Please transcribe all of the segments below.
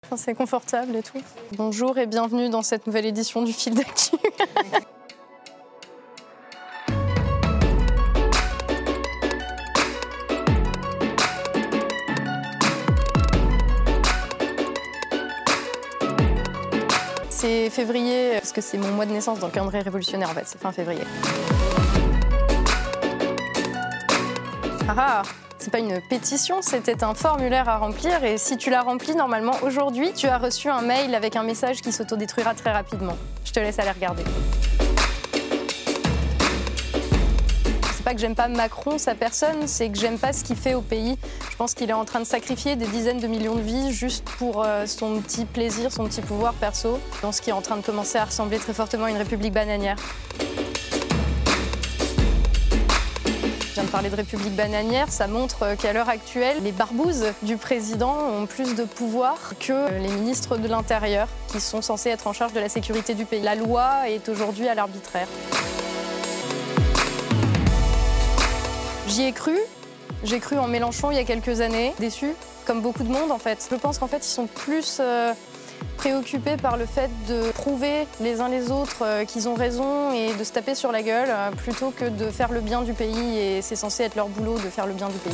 Enfin, c'est confortable et tout. Bonjour et bienvenue dans cette nouvelle édition du Fil d'actu. C'est février, parce que c'est mon mois de naissance dans le calendrier révolutionnaire en fait, c'est fin février. Ah, c'est pas une pétition, c'était un formulaire à remplir et si tu l'as rempli, normalement aujourd'hui, tu as reçu un mail avec un message qui s'autodétruira très rapidement. Je te laisse aller regarder. C'est pas que j'aime pas Macron, sa personne, c'est que j'aime pas ce qu'il fait au pays. Je pense qu'il est en train de sacrifier des dizaines de millions de vies juste pour son petit plaisir, son petit pouvoir perso, dans ce qui est en train de commencer à ressembler très fortement à une république bananière. Je viens de parler de république bananière, ça montre qu'à l'heure actuelle, les barbouzes du président ont plus de pouvoir que les ministres de l'Intérieur, qui sont censés être en charge de la sécurité du pays. La loi est aujourd'hui à l'arbitraire. J'y ai cru. J'ai cru en Mélenchon il y a quelques années, déçu, comme beaucoup de monde en fait. Je pense qu'en fait, ils sont plus préoccupés par le fait de prouver les uns les autres qu'ils ont raison et de se taper sur la gueule plutôt que de faire le bien du pays. Et c'est censé être leur boulot de faire le bien du pays.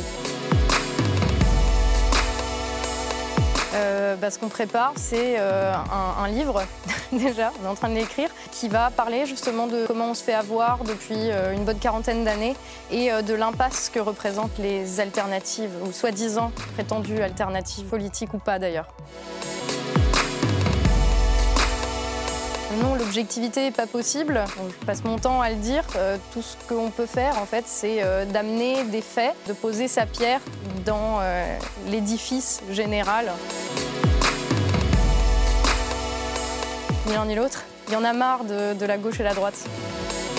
Ce qu'on prépare, c'est un livre, déjà, on est en train de l'écrire, qui va parler justement de comment on se fait avoir depuis une bonne quarantaine d'années et de l'impasse que représentent les alternatives, ou soi-disant prétendues alternatives, politiques ou pas d'ailleurs. Non, l'objectivité n'est pas possible. Je passe mon temps à le dire. Tout ce qu'on peut faire, en fait, c'est d'amener des faits, de poser sa pierre dans l'édifice général. Ni l'un ni l'autre. Il y en a marre de la gauche et la droite.